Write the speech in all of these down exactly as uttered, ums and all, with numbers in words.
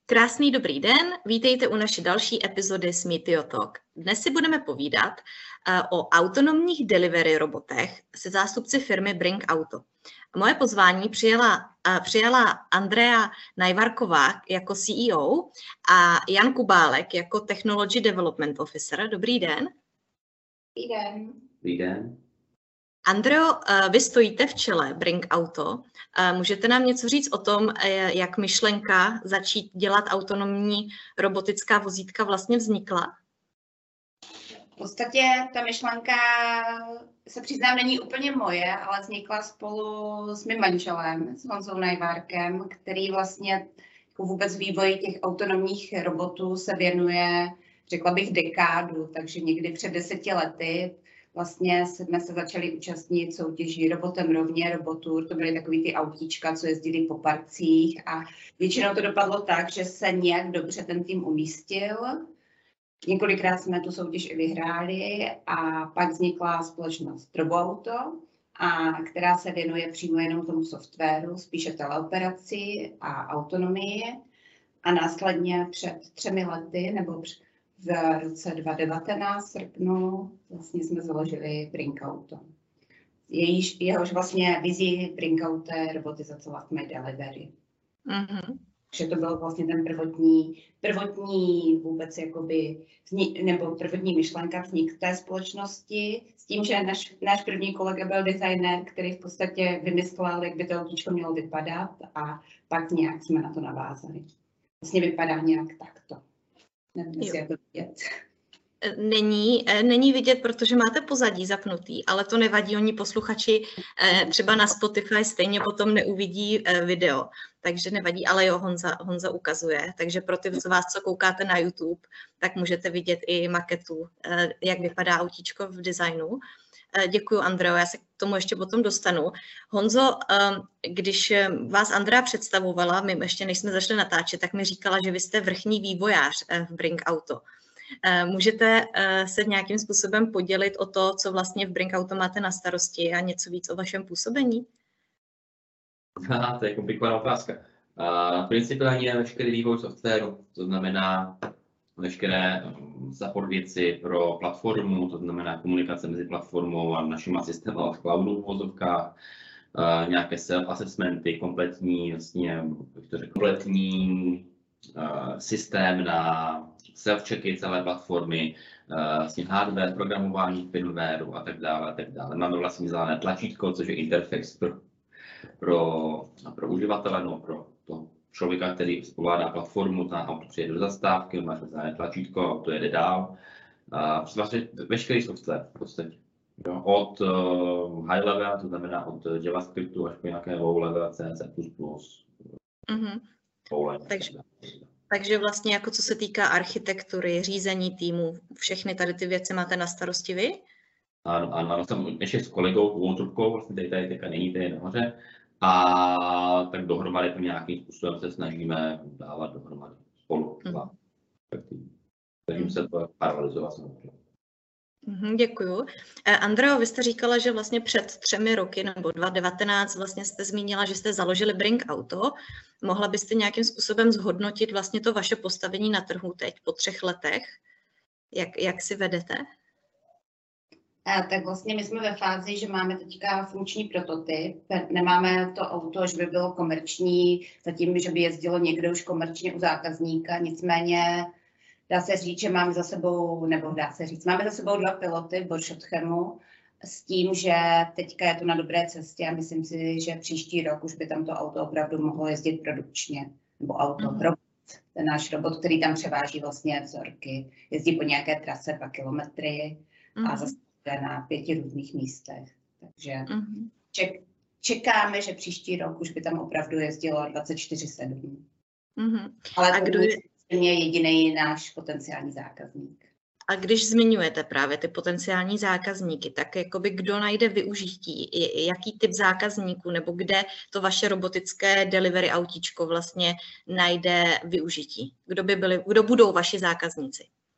Krásný dobrý den, vítejte u naší další epizody Smitio Talk. Dnes si budeme povídat uh, o autonomních delivery robotech se zástupci firmy Bring Auto. Moje pozvání přijela, uh, přijala Andrea Najvarková jako C E O a Jan Kubálek jako Technology Development Officer. Dobrý den. Dobrý den. Dobrý den. Andreo, vy stojíte v čele Bring Auto. Můžete nám něco říct o tom, jak myšlenka začít dělat autonomní robotická vozítka vlastně vznikla? V podstatě ta myšlenka, se přiznám, není úplně moje, ale vznikla spolu s mým manželem, s Honzou Najvárkem, který vlastně jako vůbec vývoji těch autonomních robotů se věnuje, řekla bych, dekádu, takže někdy před deseti lety vlastně jsme se začali účastnit soutěží Robotem rovně, Robotour, to byly takový ty autíčka, co jezdili po parcích a většinou to dopadlo tak, že se nějak dobře ten tým umístil. Několikrát jsme tu soutěž i vyhráli a pak vznikla společnost Roboauto, a která se věnuje přímo jenom tomu softwaru, spíše teleoperaci a autonomii. A následně před třemi lety, nebo v roce dva tisíce devatenáct srpnu vlastně jsme založili Bring Auto. Jejíž, jehož vlastně vizí Bring Auto je robotizace last mile delivery. Mm-hmm. Že to byl vlastně ten prvotní, prvotní vůbec jakoby, nebo prvotní myšlenka vznik té společnosti, s tím, že náš, náš první kolega byl designér, který v podstatě vymyslel, jak by to autíčko mělo vypadat a pak nějak jsme na to navázali. Vlastně vypadá nějak takto. Nevím, jestli je to vidět. Není, není vidět, protože máte pozadí zapnutý, ale to nevadí, oni posluchači třeba na Spotify stejně potom neuvidí video, takže nevadí, ale jo, Honza, Honza ukazuje, takže pro ty z vás, co koukáte na YouTube, tak můžete vidět i maketu, jak vypadá autíčko v designu. Děkuju, Andreo, já se k tomu ještě potom dostanu. Honzo, když vás Andrea představovala, my ještě než jsme začali natáčet, tak mi říkala, že vy jste vrchní vývojář v Bring Auto. Můžete se nějakým způsobem podělit o to, co vlastně v Bring Auto máte na starosti a něco víc o vašem působení? Aha, to je komplikovaná otázka. Uh, principiálně je veškerý vývoj softwaru, to znamená veškeré support věci pro platformu, to znamená komunikace mezi platformou a našimi systémy v cloudu v vozovkách, uh, nějaké self-assessmenty, kompletní, vlastně, to řekl, kompletní uh, systém na self-checky celé platformy, uh, vlastně hardware, programování firmwareu a tak dále, a tak dále. Máme vlastně zelené tlačítko, což je interface pro, pro, pro uživatele, no, pro to člověka, který ovládá platformu, ta auto přijede do zastávky, máš zelené tlačítko, auto jede dál. Uh, vlastně veškerý software v podstatě. Jo, od uh, high level, to znamená od JavaScriptu až po nějaké low level, C, C plus plus. Mm-hmm. Level, takže, takže vlastně jako co se týká architektury, řízení týmu, všechny tady ty věci máte na starosti vy? Ano, ano, ano, jsem ještě s kolegou, Voltrubkou, vlastně tady, tady teďka není, tady nahoře. A tak dohromady to nějakým způsobem se snažíme dávat dohromady spolu. Mm. Snažím se to paralelizovat samozřejmě. Děkuju. Andreo, vy jste říkala, že vlastně před třemi roky nebo dva tisíce devatenáct vlastně jste zmínila, že jste založili Bring Auto. Mohla byste nějakým způsobem zhodnotit vlastně to vaše postavení na trhu teď po třech letech? Jak, jak si vedete? A tak vlastně my jsme ve fázi, že máme teďka funkční prototyp. Nemáme to auto, že by bylo komerční, zatím, že by jezdilo někde už komerčně u zákazníka. Nicméně dá se říct, že máme za sebou, nebo dá se říct, máme za sebou dva piloty v Boršotchemu s tím, že teďka je to na dobré cestě a myslím si, že příští rok už by tam to auto opravdu mohlo jezdit produkčně. Nebo auto, mm-hmm. robot, ten náš robot, který tam převáží vlastně vzorky. Jezdí po nějaké trase dva kilometry mm-hmm. a zase na pěti různých místech. Takže mm-hmm. ček, čekáme, že příští rok už by tam opravdu jezdilo dvacet čtyři sedm. Mm-hmm. Ale a kdo je jediný náš potenciální zákazník. A když zmiňujete právě ty potenciální zákazníky, tak jakoby kdo najde využití, jaký typ zákazníků nebo kde to vaše robotické delivery autíčko vlastně najde využití? Kdo by byli, kdo budou vaši zákazníci?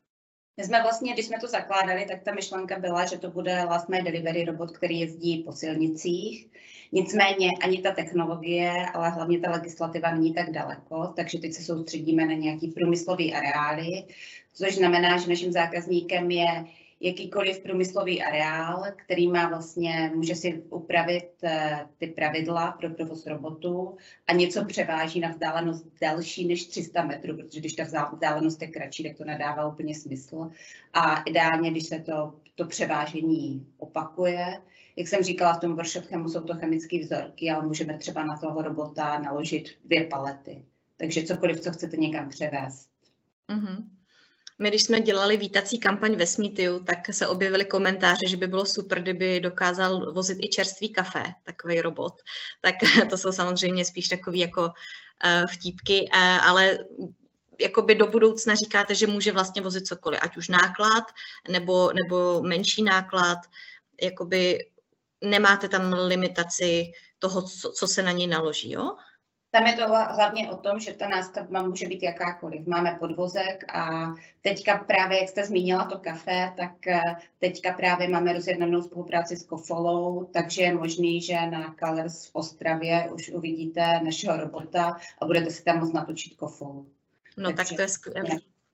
My jsme vlastně, když jsme to zakládali, tak ta myšlenka byla, že to bude last mile delivery robot, který jezdí po silnicích. Nicméně ani ta technologie, ale hlavně ta legislativa není tak daleko, takže teď se soustředíme na nějaký průmyslový areály, což znamená, že naším zákazníkem je jakýkoliv průmyslový areál, který má vlastně, může si upravit ty pravidla pro provoz robotu a něco převáží na vzdálenost delší než tři sta metrů, protože když ta vzdálenost je kratší, tak to nedává úplně smysl. A ideálně, když se to, to převážení opakuje, jak jsem říkala, v tom workshop chemu jsou to chemické vzorky, ale můžeme třeba na toho robota naložit dvě palety. Takže cokoliv, co chcete někam převést. Mm-hmm. My, když jsme dělali vítací kampaň ve Smeetiu, tak se objevily komentáře, že by bylo super, kdyby dokázal vozit i čerstvý kafe, takový robot. Tak to jsou samozřejmě spíš takový jako uh, vtípky, uh, ale jakoby do budoucna říkáte, že může vlastně vozit cokoliv, ať už náklad nebo, nebo menší náklad, jakoby nemáte tam limitaci toho, co, co se na něj naloží, jo? Tam je to hlavně o tom, že ta nástavba může být jakákoliv. Máme podvozek a teďka právě, jak jste zmínila to kafe, tak teďka právě máme rozjednanou spolupráci s Kofolou, takže je možný, že na Colors v Ostravě už uvidíte našeho robota a budete si tam moct natočit Kofolu. No takže, tak to je skvělé.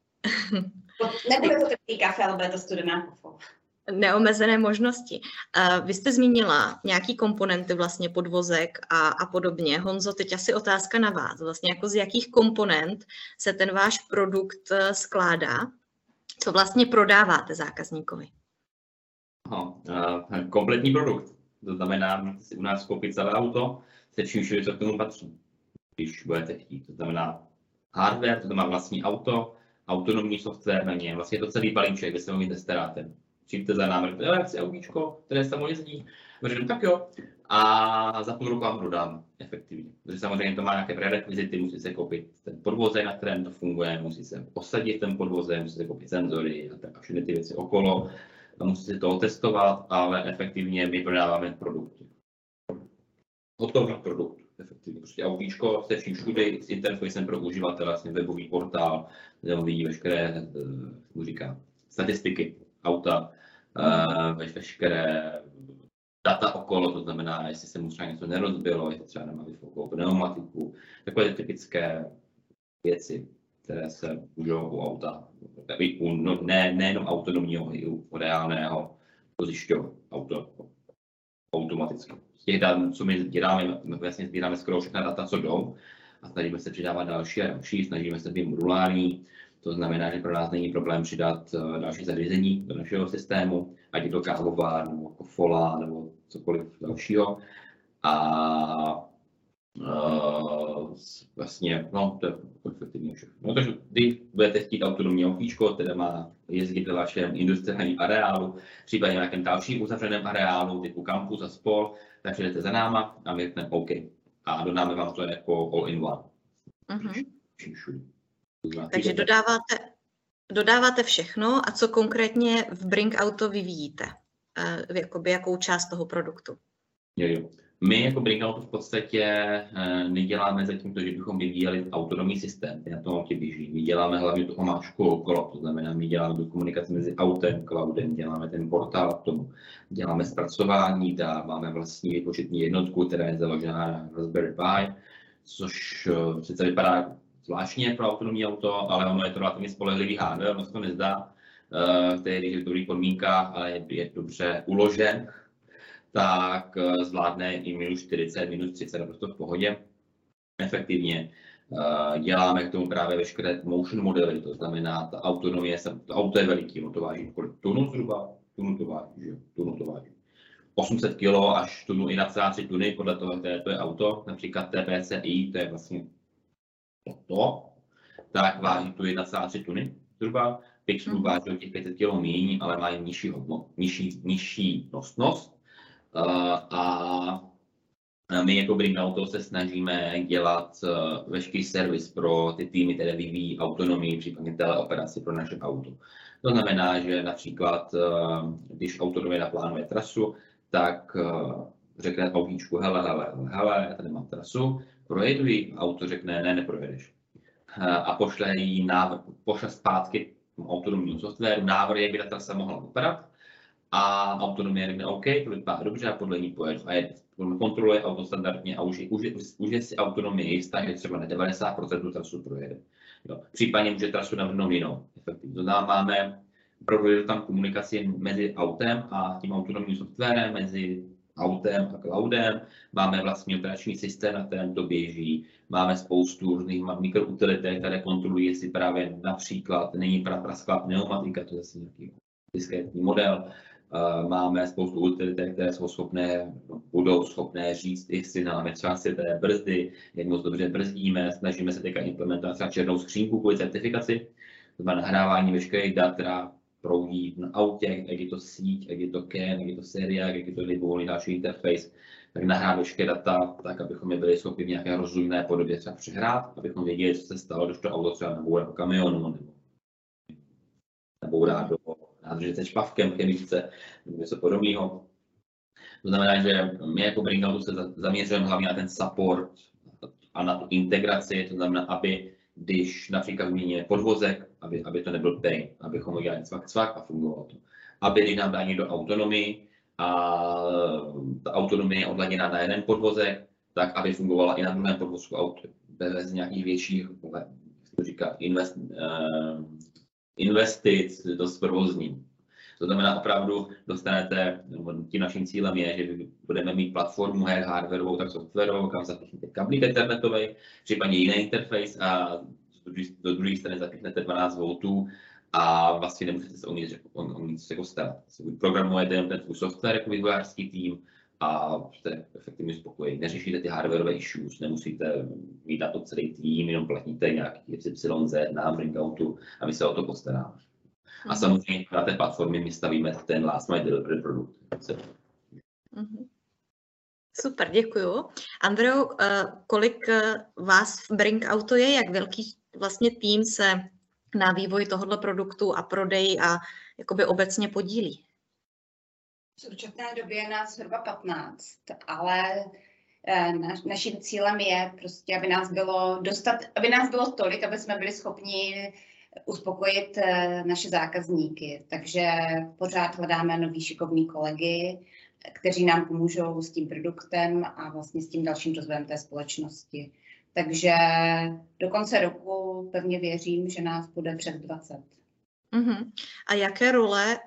Nebude to teplý kafe, ale bude to studená Kofola. Neomezené možnosti. Vy jste zmínila nějaký komponenty, vlastně podvozek a, a podobně. Honzo, teď asi otázka na vás. Vlastně jako z jakých komponent se ten váš produkt skládá? Co vlastně prodáváte zákazníkovi? Aha, kompletní produkt. To znamená, si u nás koupit celé auto, se vším všude, co k tomu patří, když budete chtít. To znamená hardware, to znamená vlastní auto, autonomní software na něm. Vlastně je to celý balíček, kde se mluvíte s terátem. Přijďte za námi, já chci autíčko, které samo jezdí. Řeknu, tak jo. A za půl roku vám dodám efektivně. Protože samozřejmě to má nějaké prerekvizity, musí se koupit ten podvozek, na kterém to funguje, musí se osadit ten podvozek, musí se koupit senzory a tak a všechny ty věci okolo. A musí se to otestovat, ale efektivně my prodáváme produkty. Hotový produkt, efektivně. Prostě autíčko se vším všude s interfejsem pro uživatele, vlastně webový portál, kde on vidí veškeré, jak říká, statistiky auta, uh, veškeré data okolo, to znamená, jestli se mu třeba něco nerozbilo, jestli třeba nemá vyfokovou pneumatiku, takové typické věci, které se můžou u auta, u, no, ne, nejenom autonomního, i u reálného zjišťovat auto automaticky. Z těch dat, co my děláme, my vlastně sbíráme skoro všechna data, co jdou, a snažíme se přidávat další a další, snažíme se být modulární. To znamená, že pro nás není problém přidat další zařízení do našeho systému, ať je to kávovár, nebo Kofola, nebo cokoliv dalšího. A uh, vlastně, no, to je efektivně všechno. No, takže když budete chtít autonomní autíčko, které má jezdit ve vašem industriálním areálu, případně v nějakém dalším uzavřeném areálu, typu kampus a spol, tak přijdete za náma a my řekneme OK. A dodáme vám to jako all-in-one. Uh-huh. Všude. Takže dodáváte, dodáváte všechno a co konkrétně v Bring Auto vyvíjíte? Uh, jakoby jakou část toho produktu? Jo, jo. My jako Bring Auto v podstatě uh, neděláme zatím to, že bychom vyvíjeli autonomní systém, který na tom autě běží. My děláme hlavně tu omáčku okolo, to znamená, my děláme tu komunikaci mezi autem, cloudem, děláme ten portál k tomu, děláme zpracování dát, máme vlastní výpočetní jednotku, která je založená na Raspberry Pi, což uh, sice vypadá zvláštně pro autonomní auto, ale ono je to relativně spolehlivý hardware, ono se to nezdá, uh, který je v dobrých podmínkách, ale je, je dobře uložen, tak uh, zvládne i minus čtyřicet, minus třicet, naprosto v pohodě. Efektivně uh, děláme k tomu právě veškeré motion modely, to znamená, ta autonomie, to auto je veliký, no to váží kolik tunu zhruba, tunu to váží, že jo, tunu to váží. osm set kilo až tunu i na celá tři tuny, podle toho, které to je auto, například T P C I, to je vlastně to, tak váží tu jedna celá tři tuny zhruba. Pixel váží o těch pět set kilo míň, ale mají nižší hodnotu, nižší, nižší nosnost. Uh, a my jako Bring Auto se snažíme dělat uh, veškerý servis pro ty týmy, které vyvíjí autonomii, případně teleoperaci pro naše auto. To znamená, že například, uh, když autonomie naplánuje trasu, tak uh, řekne autíčku, hele, hele, hele, já tady mám trasu, projedu ji, auto řekne, ne, neprojedeš. A pošle jí návrh, pošle zpátky autonomního softwaru, návrhy, jak by ta trasa mohla vypadat. A autonomie řekne OK, to vypadá dobře a podle ní pojedu. A je, kontroluje auto standardně a už, už, už je si autonomie jistá, že třeba na devadesát procent tu trasu projede. Jo. Případně může trasu navrhnout jinou. Efektivně. To znamená, máme opravdu tam komunikaci mezi autem a tím autonomním softwarem, mezi autem a cloudem. Máme vlastní operační systém, na kterém to běží. Máme spoustu různých mikroutility, které kontrolují, jestli právě například není prasklá pneumatika, to je zase nějaký diskrétní model. Máme spoustu utility, které jsou schopné, budou schopné říct, jestli máme třeba si té brzdy, jak moc dobře brzdíme. Snažíme se teďka implementovat třeba černou skřínku kvůli certifikaci, to znamená nahrávání veškerých dat, která proudí na autě, jak je to síť, jak je to C A N, jak je to Seriák, jak je to libovolný další interface, tak nahrát veškeré data, tak abychom je byli schopni v nějaké rozumné podobě třeba přehrát, abychom věděli, co se stalo, když to auto třeba nabourá do kamionu, nebo nabourá do nádrže špavkem, chemičce, nebo něco podobného. To znamená, že my jako Bringoutu se zaměřujeme hlavně na ten support a na tu integraci, to znamená, aby když například změníme podvozek, aby, aby to nebyl pain, abychom udělali cvak, cvak a fungovalo to. Aby když nám dá někdo autonomii a ta autonomie je odladěná na jeden podvozek, tak aby fungovala i na druhém podvozku auto bez nějakých větších, jak to říká, invest, uh, investic do provozní. To znamená, opravdu dostanete, tím naším cílem je, že budeme mít platformu jak hardwarovou, tak softwarovou, kam zapíchnete kablík internetový, případně jiný interface a do druhé strany zapíchnete dvanáct voltů a vlastně nemusíte se o nic, o, o nic jako starat. Programujete jen ten svůj software jako vývojářský tým a jste efektivně spokojení. Neřešíte ty hardwareové issues, nemusíte mít na to celý tým, jenom platíte nějaký Y Z na Bringoutu a my se o to postaráme. A samozřejmě na té platformě my stavíme ten last mile delivery produkt. Super, děkuju. Andreo, kolik vás v Bringoutu je, jak velký vlastně tým se na vývoji tohoto produktu a prodej a jakoby obecně podílí? V současné době je nás zhruba patnáct, ale naš, naším cílem je prostě, aby nás bylo dostat, aby nás bylo tolik, aby jsme byli schopni uspokojit naše zákazníky. Takže pořád hledáme nový šikovný kolegy, kteří nám pomůžou s tím produktem a vlastně s tím dalším rozvojem té společnosti. Takže do konce roku pevně věřím, že nás bude přes dvacet. Uhum. A jaké role,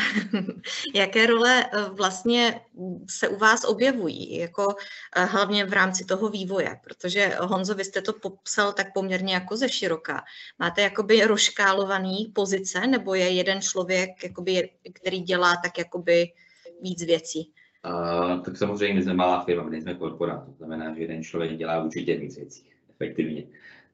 jaké role vlastně se u vás objevují, jako hlavně v rámci toho vývoje? Protože Honzo, vy jste to popsal tak poměrně jako ze široka. Máte jakoby rozškálovaný pozice, nebo je jeden člověk, jakoby, který dělá tak jakoby víc věcí? Uh, tak samozřejmě my jsme malá firma, my nejsme korporát, to znamená, že jeden člověk dělá určitě víc věcí, efektivně.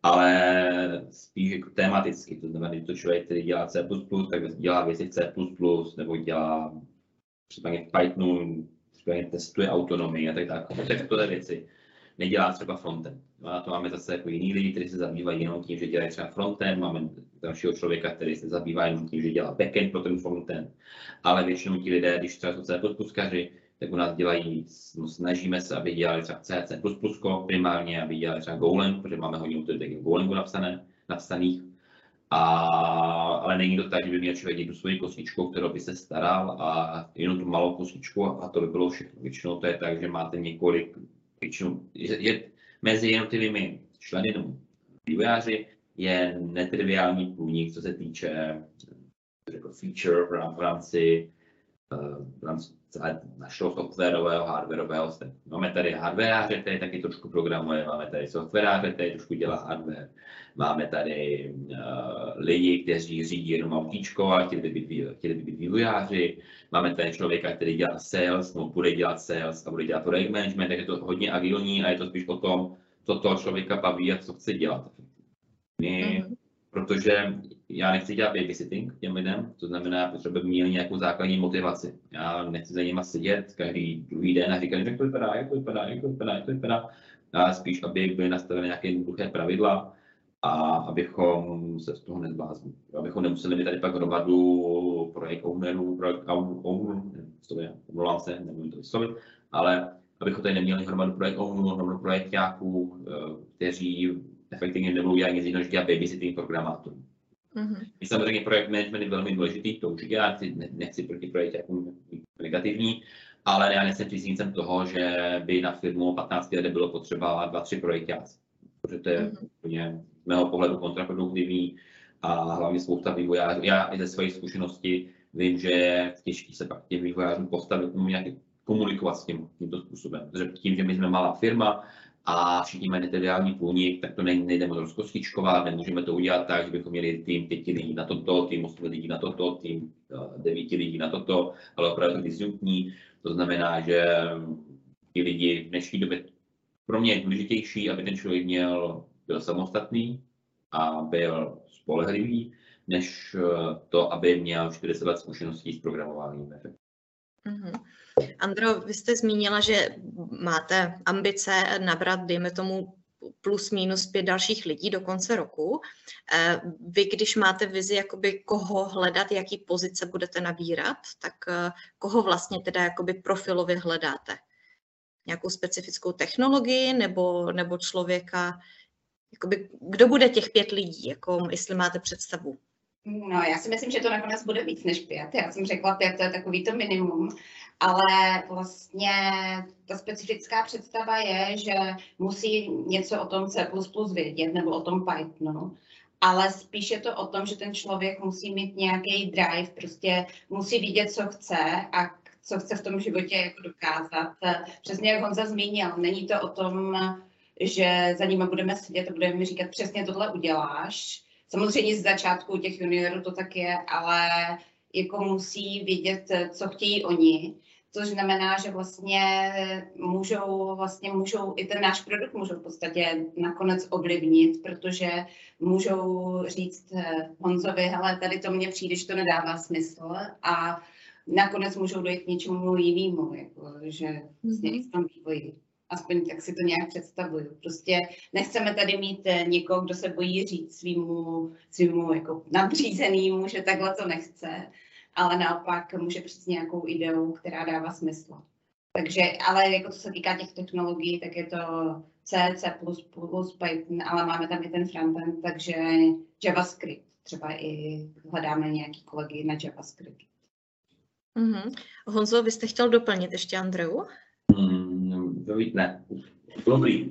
Ale spíš jako tematicky, to znamená, že to člověk, který dělá C plus plus, tak dělá věci v C plus plus, nebo dělá třeba v Pythonu, třeba testuje autonomii a tak dále, takové věci. Nedělá třeba frontend. No a to máme zase jako jiný lidi, kteří se zabývají jenom tím, že dělají třeba frontend, máme dalšího člověka, který se zabývá jenom tím, že dělá backend pro ten frontend. Ale většinou ti lidé, když třeba jsou C plus pluskaři, tak u nás dělají, snažíme se, aby dělali třeba C, C plus plus primárně, aby dělali třeba Golang, protože máme hodně utility Golangu napsané, napsaných. A, ale není to tak, že by měl člověk jednu svoji kostičku, kterou by se staral a jenom tu malou kostičku a to by bylo všechno. Většinou to je tak, že máte několik, většinou, je, je, mezi jednotlivými členy nebo vývojáři je netriviální průnik, co se týče jako feature v rámci, v rámci našeho softwarového, hardwarového stacku. Máme tady hardwareáře, který taky trošku programuje, máme tady softwaráře, který trošku dělá hardware, máme tady uh, lidi, kteří řídí jenom autíčko, ale chtěli by být, chtěli by být vývojáři, máme tady člověka, který dělá sales, no bude dělat sales a bude dělat project management, takže je to hodně agilní a je to spíš o tom, co toho člověka baví a co chce dělat. My, mm-hmm. Protože já nechci dělat babysitting těm lidem, to znamená, potřebuji měli nějakou základní motivaci. Já nechci za nima sedět každý druhý den a říkat, jak to vypadá, jak to vypadá, jak to vypadá, jak to vypadá. A spíš, aby byly nastaveny nějaké jednoduché pravidla a abychom se z toho nezbláznili. Abychom nemuseli mít tady pak hromadu projekt ownerů, projekt ownerů, omlouvám se, nemůžu to vyslovit, ale abychom tady neměli hromadu projekt ownerů, hromadu projektáků, kteří efektivně nebudou dělat nic jiného, než dělat babysitting programátorů. Mm-hmm. Samozřejmě projekt management je velmi důležitý, to určitě já nechci, nechci proti projektu negativní, ale já nejsem příznivcem toho, že by na firmu patnáct let bylo potřeba dva, tři projektáci. Protože to je mm-hmm. z mého pohledu kontraproduktivní a hlavně spousta vývojářů. Já i ze své zkušenosti vím, že je těžké se pak těm vývojářům postavit, nějak komunikovat s tím, tímto způsobem. Protože tím, že my jsme malá firma a všichni mají netediální průnik, tak to nejde moc rozkostičkovat, nemůžeme to udělat tak, že bychom měli tým pěti lidí na toto, tým osmi lidí na toto, tým devíti lidí na toto, ale opravdu to disjunktní. To znamená, že ti lidi v dnešní době pro mě je důležitější, aby ten člověk měl, byl samostatný a byl spolehlivý, než to, aby měl čtyřicet let zkušeností s programováním. Mm-hmm. Andro, vy jste zmínila, že máte ambice nabrat, dejme tomu, plus minus pět dalších lidí do konce roku. Vy, když máte vizi, jakoby koho hledat, jaký pozice budete nabírat, tak koho vlastně teda jakoby profilově hledáte? Nějakou specifickou technologii nebo, nebo člověka? Jakoby, kdo bude těch pět lidí, jako, jestli máte představu? No, já si myslím, že to nakonec bude víc než pět. Já jsem řekla pět, to je takový to minimum. Ale vlastně ta specifická představa je, že musí něco o tom C plus plus vědět nebo o tom Pythonu. Ale spíš je to o tom, že ten člověk musí mít nějaký drive, prostě musí vidět, co chce a co chce v tom životě jako dokázat. Přesně jak Honza zmínil, není to o tom, že za nimi budeme sedět a budeme mi říkat, přesně tohle uděláš. Samozřejmě z začátku těch juniorů to tak je, ale jako musí vědět, co chtějí oni. Což znamená, že vlastně můžou, vlastně můžou i ten náš produkt můžou v podstatě nakonec ovlivnit, protože můžou říct Honzovi, hele, tady to mně přijde, že to nedává smysl a nakonec můžou dojít k něčemu jinému, jako, že vlastně mm-hmm. v tom vývoji. Aspoň tak si to nějak představuju. Prostě nechceme tady mít někoho, kdo se bojí říct svýmu, svýmu jako nadřízenýmu, že takhle to nechce, ale naopak může přijít s nějakou ideou, která dává smysl. Takže, ale jako co se týká těch technologií, tak je to C, C plus plus, Python, ale máme tam i ten frontend, takže JavaScript. Třeba i hledáme nějaký kolegy na JavaScript. Mm-hmm. Honzo, vy jste chtěl doplnit ještě Andreu? Mm, ne, dobrý.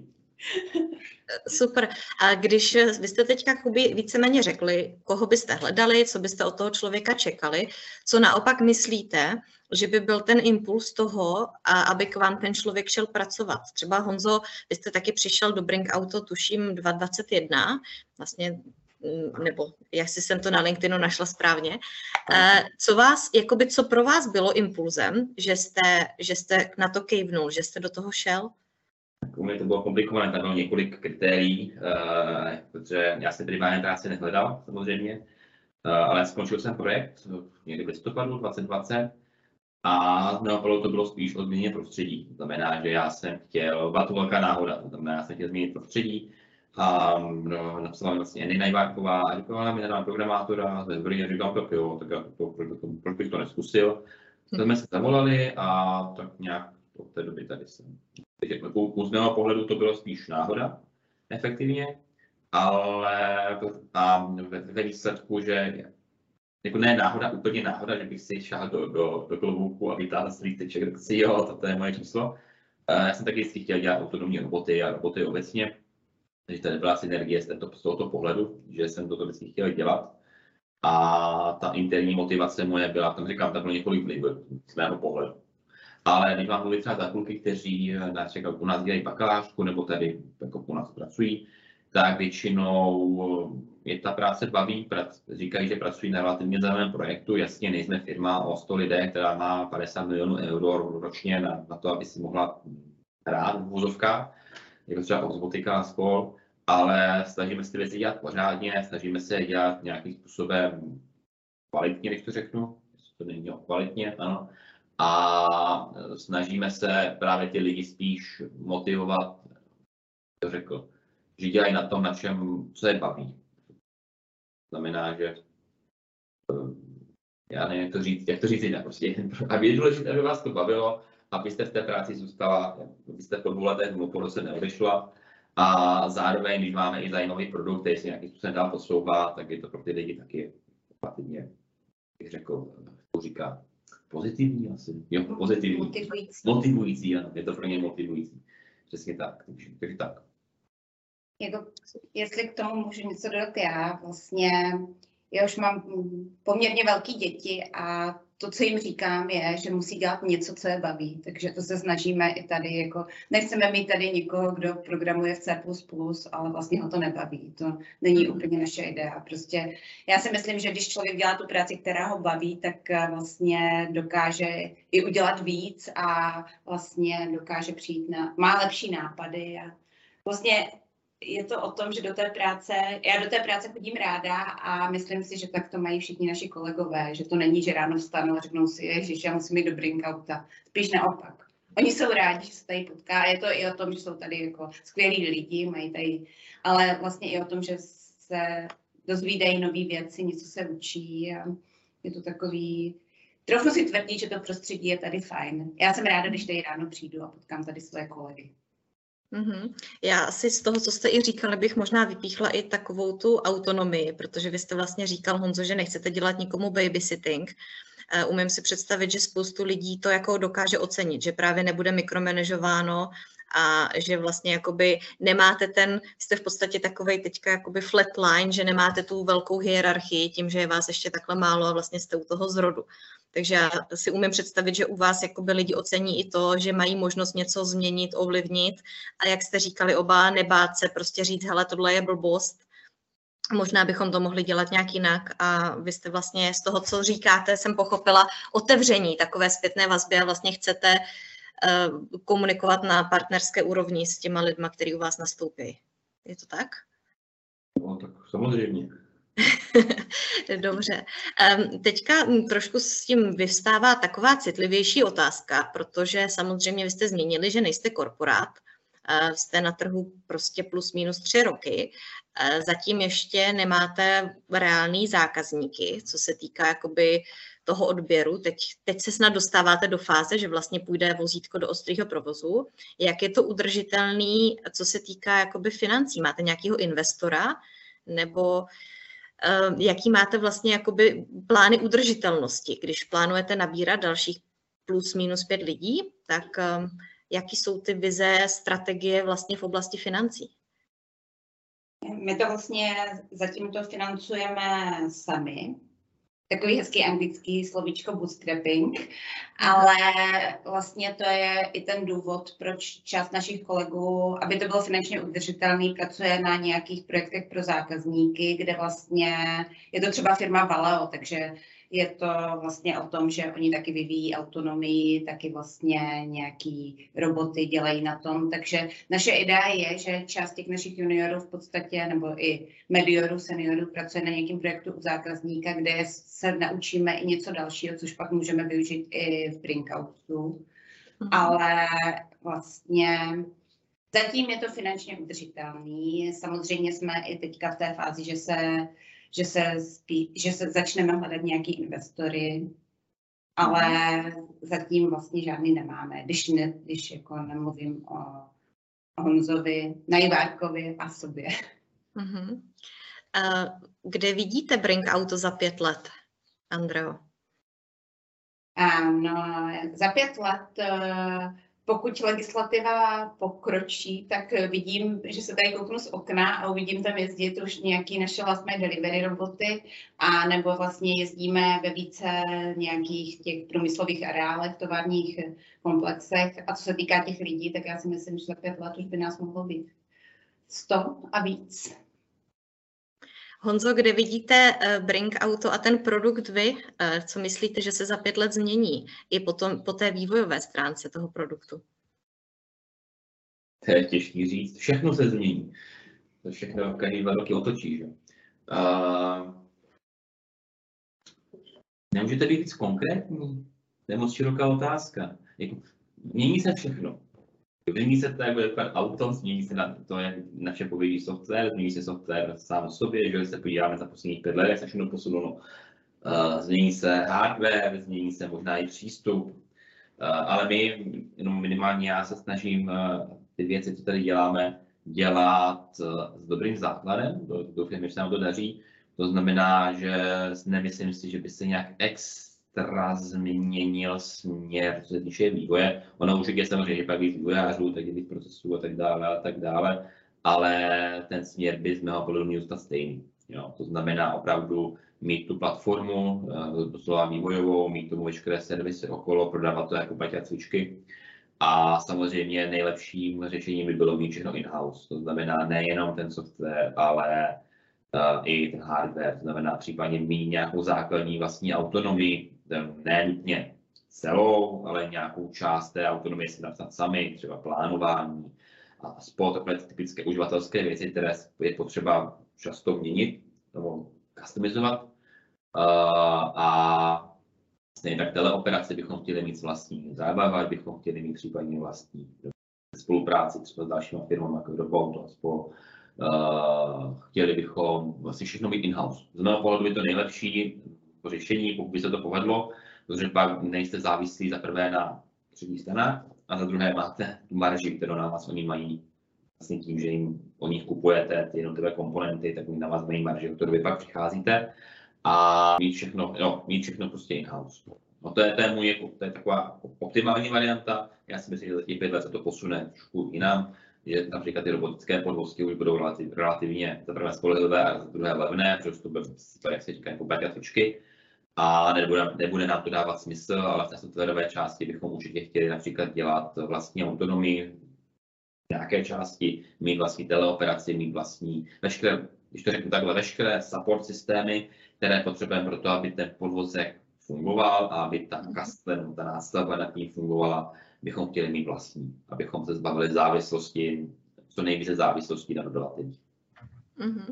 Super. A když vy jste teďka víceméně řekli, koho byste hledali, co byste od toho člověka čekali, co naopak myslíte, že by byl ten impuls toho, aby k vám ten člověk šel pracovat? Třeba Honzo, vy jste taky přišel do Bring Auto, tuším, dva tisíce dvacet jedna, vlastně, nebo jestli jsem to na LinkedInu našla správně. Co vás, jakoby, co pro vás bylo impulzem, že jste, že jste na to kejvnul, že jste do toho šel? U mě to bylo komplikované, tam bylo několik kritérií, uh, protože já jsem primárně práci nehledal samozřejmě, uh, ale skončil jsem projekt někdy v listopadu dvacet dvacet a z mého pohledu to bylo spíš o změně prostředí. To znamená, že já jsem chtěl, byla to velká náhoda, to znamená, já jsem chtěl změnit prostředí a no, napsala mi vlastně Andy Najvárková a říkala mi, nedám programátora ze Zbrně a říkám, tak jo, tak já to, proč, proč bych to neskusil. Tak jsme se zavolali a tak nějak od té doby tady jsem. Z mého pohledu to bylo spíš náhoda, efektivně, ale a ve, ve výsledku, že jako ne náhoda, úplně náhoda, že bych si šel do, do, do klobouku a vytáhl z lísteček, tak si jo, toto je moje číslo. Já jsem taky vždycky chtěl dělat autonomní roboty a roboty obecně, takže tady byla synergie z, z tohoto pohledu, že jsem toto vždycky chtěl dělat. A ta interní motivace moje byla, tam říkám, tam bylo několik vlivů z mého pohledu. Ale když mám mluvit třeba za kluky, kteří u nás dělají bakalářku nebo tady jako u nás pracují, tak většinou je ta práce baví, říkají, že pracují na relativně zajímavém projektu. Jasně, nejsme firma o sto lidé, která má padesát milionů euro ročně na, na to, aby si mohla hrát v vozovkách, jako třeba Oxbotica a spol, ale snažíme se ty věci dělat pořádně, snažíme se dělat nějakým způsobem kvalitně, když to řeknu, to není kvalitně, ano. A snažíme se právě ty lidi spíš motivovat, to řekl, že dělají na tom, na čem, co je baví. Znamená, že já nevím, jak to říct, jak to říct jinak, prostě, aby je důležité, aby vás to bavilo, abyste v té práci zůstala, abyste po dvou letech nebo po roce neodešla A zároveň, když máme i zajímavý produkt, který se nějakým způsobem dál posouvá, tak je to pro ty lidi taky relativně, bych řekl, to říká, pozitivní asi. Jo, pozitivní. Motivující. Motivující, ano, je to pro ně motivující. Přesně tak, takže, takže tak. Jako, jestli k tomu můžu něco dodat já, vlastně já už mám poměrně velký děti a to, co jim říkám, je, že musí dělat něco, co je baví. Takže to se snažíme i tady, jako nechceme mít tady nikoho, kdo programuje v C plus plus, ale vlastně ho to nebaví. To není úplně naše idea. Prostě já si myslím, že když člověk dělá tu práci, která ho baví, tak vlastně dokáže i udělat víc a vlastně dokáže přijít na, má lepší nápady a vlastně je to o tom, že do té práce, já do té práce chodím ráda a myslím si, že tak to mají všichni naši kolegové, že to není, že ráno vstanou a řeknou si, ježiš, já musím jít do Brinkouta. Spíš naopak. Oni jsou rádi, že se tady potká. Je to i o tom, že jsou tady jako skvělí lidi, mají tady, ale vlastně i o tom, že se dozvídají nové věci, něco se učí a je to takový, trochu si tvrdí, že to prostředí je tady fajn. Já jsem ráda, když tady ráno přijdu a potkám tady své kolegy. Mm-hmm. Já asi z toho, co jste i říkali, bych možná vypíchla i takovou tu autonomii, protože vy jste vlastně říkal, Honzo, že nechcete dělat nikomu babysitting. Uh, umím si představit, že spoustu lidí to jako dokáže ocenit, že právě nebude mikromanažováno a že vlastně jakoby nemáte ten, jste v podstatě takovej teďka jakoby flatline, že nemáte tu velkou hierarchii tím, že je vás ještě takhle málo a vlastně jste u toho zrodu. Takže já si umím představit, že u vás jakoby lidi ocení i to, že mají možnost něco změnit, ovlivnit a jak jste říkali oba, nebát se prostě říct, hele, tohle je blbost, možná bychom to mohli dělat nějak jinak a vy jste vlastně z toho, co říkáte, jsem pochopila otevření takové zpětné vazby a vlastně chcete uh, komunikovat na partnerské úrovni s těma lidma, kteří u vás nastoupí. Je to tak? No, tak samozřejmě. Dobře. Teďka trošku s tím vyvstává taková citlivější otázka, protože samozřejmě vy jste zmínili, že nejste korporát, jste na trhu prostě plus minus tři roky, zatím ještě nemáte reální zákazníky, co se týká jakoby toho odběru. Teď, teď se snad dostáváte do fáze, že vlastně půjde vozítko do ostrého provozu. Jak je to udržitelný, co se týká jakoby financí? Máte nějakého investora nebo jaký máte vlastně jakoby plány udržitelnosti, když plánujete nabírat dalších plus minus pět lidí, tak jaký jsou ty vize, strategie vlastně v oblasti financí? My to vlastně zatím to financujeme sami. Takový hezký anglický slovíčko bootstrapping, ale vlastně to je i ten důvod, proč část našich kolegů, aby to bylo finančně udržitelné, pracuje na nějakých projektech pro zákazníky, kde vlastně je to třeba firma Valeo, takže je to vlastně o tom, že oni taky vyvíjí autonomii, taky vlastně nějaký roboty dělají na tom. Takže naše idea je, že část těch našich juniorů v podstatě, nebo i mediorů, seniorů pracuje na nějakém projektu u zákazníka, kde se naučíme i něco dalšího, což pak můžeme využít i v Brinkoutu. Mhm. Ale vlastně zatím je to finančně udržitelný. Samozřejmě jsme i teďka v té fázi, že se Že se, spí, že se začneme hledat nějaký investory, ale zatím vlastně žádný nemáme, když, ne, když jako nemluvím o, o Honzovi, Najvárkovi a sobě. Uh-huh. Uh, kde vidíte Brinkouto za pět let, Andreo? Ano, za pět let, pokud legislativa pokročí, tak vidím, že se tady kouknu z okna a uvidím tam jezdit už nějaký naše vlastní delivery roboty, a nebo vlastně jezdíme ve více nějakých těch průmyslových areálech, továrních komplexech. A co se týká těch lidí, tak já si myslím, že za pět let už by nás mohlo být sto a víc. Honzo, kde vidíte Brinkouto a ten produkt vy? Co myslíte, že se za pět let změní i potom, po té vývojové stránce toho produktu? To je těžký říct. Všechno se změní. To všechno každý dva roky otočí. Že? Uh, nemůžete být víc konkrétní? To je moc široká otázka. Jako, mění se všechno. Změní se to, jak bude vypadat auto, změní se na to, jak naše povědí software, změní se software sám o sobě, že se podíváme za posledních pět let, jak se všechno posunulo. Uh, změní se hardware, změní se možná i přístup, uh, ale my, jenom minimálně já se snažím uh, ty věci, co tady děláme, dělat s dobrým základem, doufám, že se nám to daří. To znamená, že nemyslím si, že by se nějak extra změnil směr, co se týče vývoje. Ono určitě samozřejmě, že pak víc vývojářů, tak je víc procesů a tak dále a tak dále, ale ten směr by z mého pohledu měl zůstat stejný. Jo, to znamená opravdu mít tu platformu, doslova vývojovou, mít tomu veškeré servisy okolo, prodávat to jako Baťa cvičky. A samozřejmě nejlepším řešením by bylo mít všechno in-house. To znamená nejenom ten software, ale uh, i ten hardware. To znamená případně mít nějakou základní vlastní autonomii, ne nutně celou, ale nějakou část té autonomie si napsat sami, třeba plánování a sport, takové typické uživatelské věci, které je potřeba často měnit nebo customizovat. Uh, a stejně tak teleoperaci bychom chtěli mít vlastní, zábavách bychom chtěli mít případně vlastní spolupráci třeba s dalšíma firmami jako Robot a spol. Uh, chtěli bychom vlastně všechno mít in-house. Z mého pohledu je to nejlepší řešení, pokud by se to povedlo, protože pak nejste závislí za prvé na třetích stranách a za druhé máte tu marži, kterou na vás oni mají. Vlastně tím, že jim o nich kupujete ty jednotlivé komponenty, tak oni na vás mají marži, o kterou vy pak přicházíte. A mít všechno, no, mít všechno prostě in-house. No to je, to je můj, to je taková optimální varianta. Já si myslím, že za těch pět let se to posune trošku jinam, že například ty robotické podvozky už budou relativ, relativně za prvé spolehlivé a za druhé levné, protože to bude, jak se říká, jako Baťa cvičky. A nebude, nebude nám to dávat smysl, ale v té softwarové části bychom určitě chtěli například dělat vlastní autonomii, nějaké části, mít vlastní teleoperaci, mít vlastní veškeré, když to řeknu takhle, veškeré support systémy, které potřebujeme pro to, aby ten podvozek fungoval a aby ta custom, ta nástavba nad ní fungovala, bychom chtěli mít vlastní, abychom se zbavili závislosti, co nejvíce závislostí na dodavatelích. Mm-hmm.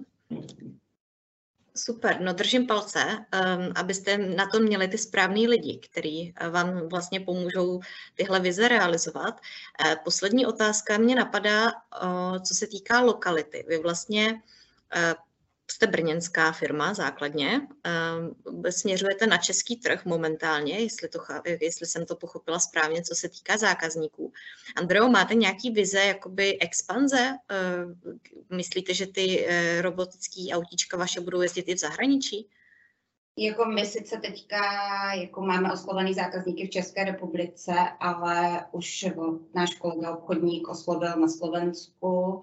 Super, no držím palce, um, abyste na to měli ty správný lidi, kteří vám vlastně pomůžou tyhle vize realizovat. Uh, poslední otázka mě napadá, uh, co se týká lokality. Vy vlastně uh, jste brněnská firma základně, uh, směřujete na český trh momentálně, jestli, to, jestli jsem to pochopila správně, co se týká zákazníků. Andreo, máte nějaký vize jakoby expanze? Uh, myslíte, že ty uh, robotický autíčka vaše budou jezdit i v zahraničí? Jako my sice teďka jako máme oslovený zákazníky v České republice, ale už náš kolega obchodník oslovil na Slovensku.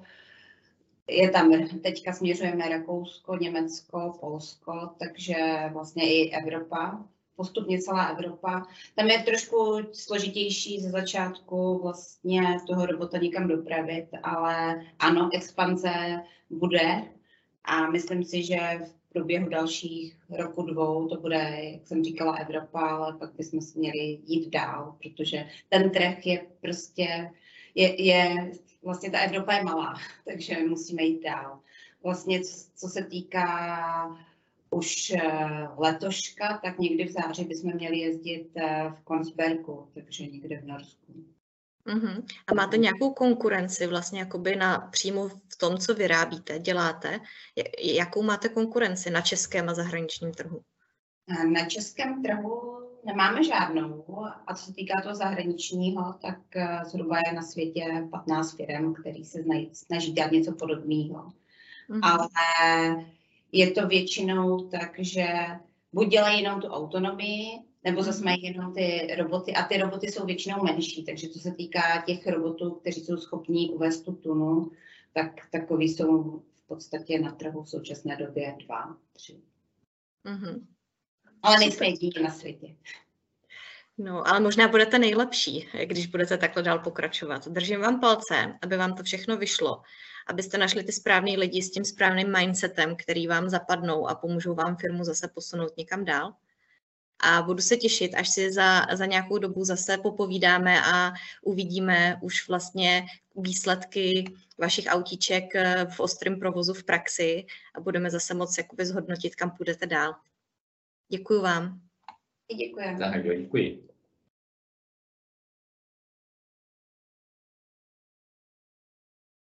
Je tam, teďka směřujeme Rakousko, Německo, Polsko, takže vlastně i Evropa, postupně celá Evropa. Tam je trošku složitější ze začátku vlastně toho robota někam dopravit, ale ano, expanze bude a myslím si, že v průběhu dalších roku, dvou to bude, jak jsem říkala, Evropa, ale pak bychom měli jít dál, protože ten trh je prostě, je, je vlastně ta Evropa je malá, takže musíme jít dál. Vlastně co se týká už letoška, tak někdy v září bychom měli jezdit v Kongsbergu, takže někde v Norsku. Uh-huh. A máte nějakou konkurenci vlastně jakoby na, přímo v tom, co vyrábíte, děláte? Jakou máte konkurenci na českém a zahraničním trhu? Na českém trhu nemáme žádnou. A co se týká toho zahraničního, tak zhruba je na světě patnáct firm, který se snaží dělat něco podobného. Uh-huh. Ale je to většinou tak, že buď dělají jenom tu autonomii, nebo zase mají jenom ty roboty a ty roboty jsou většinou menší, takže co se týká těch robotů, kteří jsou schopní uvést tu tunu, tak takový jsou v podstatě na trhu v současné době dva, tři. Mm-hmm. Ale nejsme jediní na světě. No, ale možná budete nejlepší, když budete takhle dál pokračovat. Držím vám palce, aby vám to všechno vyšlo, abyste našli ty správný lidi s tím správným mindsetem, který vám zapadnou a pomůžou vám firmu zase posunout někam dál. A budu se těšit, až si za, za nějakou dobu zase popovídáme a uvidíme už vlastně výsledky vašich autíček v ostrém provozu v praxi a budeme zase moct jakoby zhodnotit, kam půjdete dál. Děkuju vám. Děkuji. Tak, děkuji.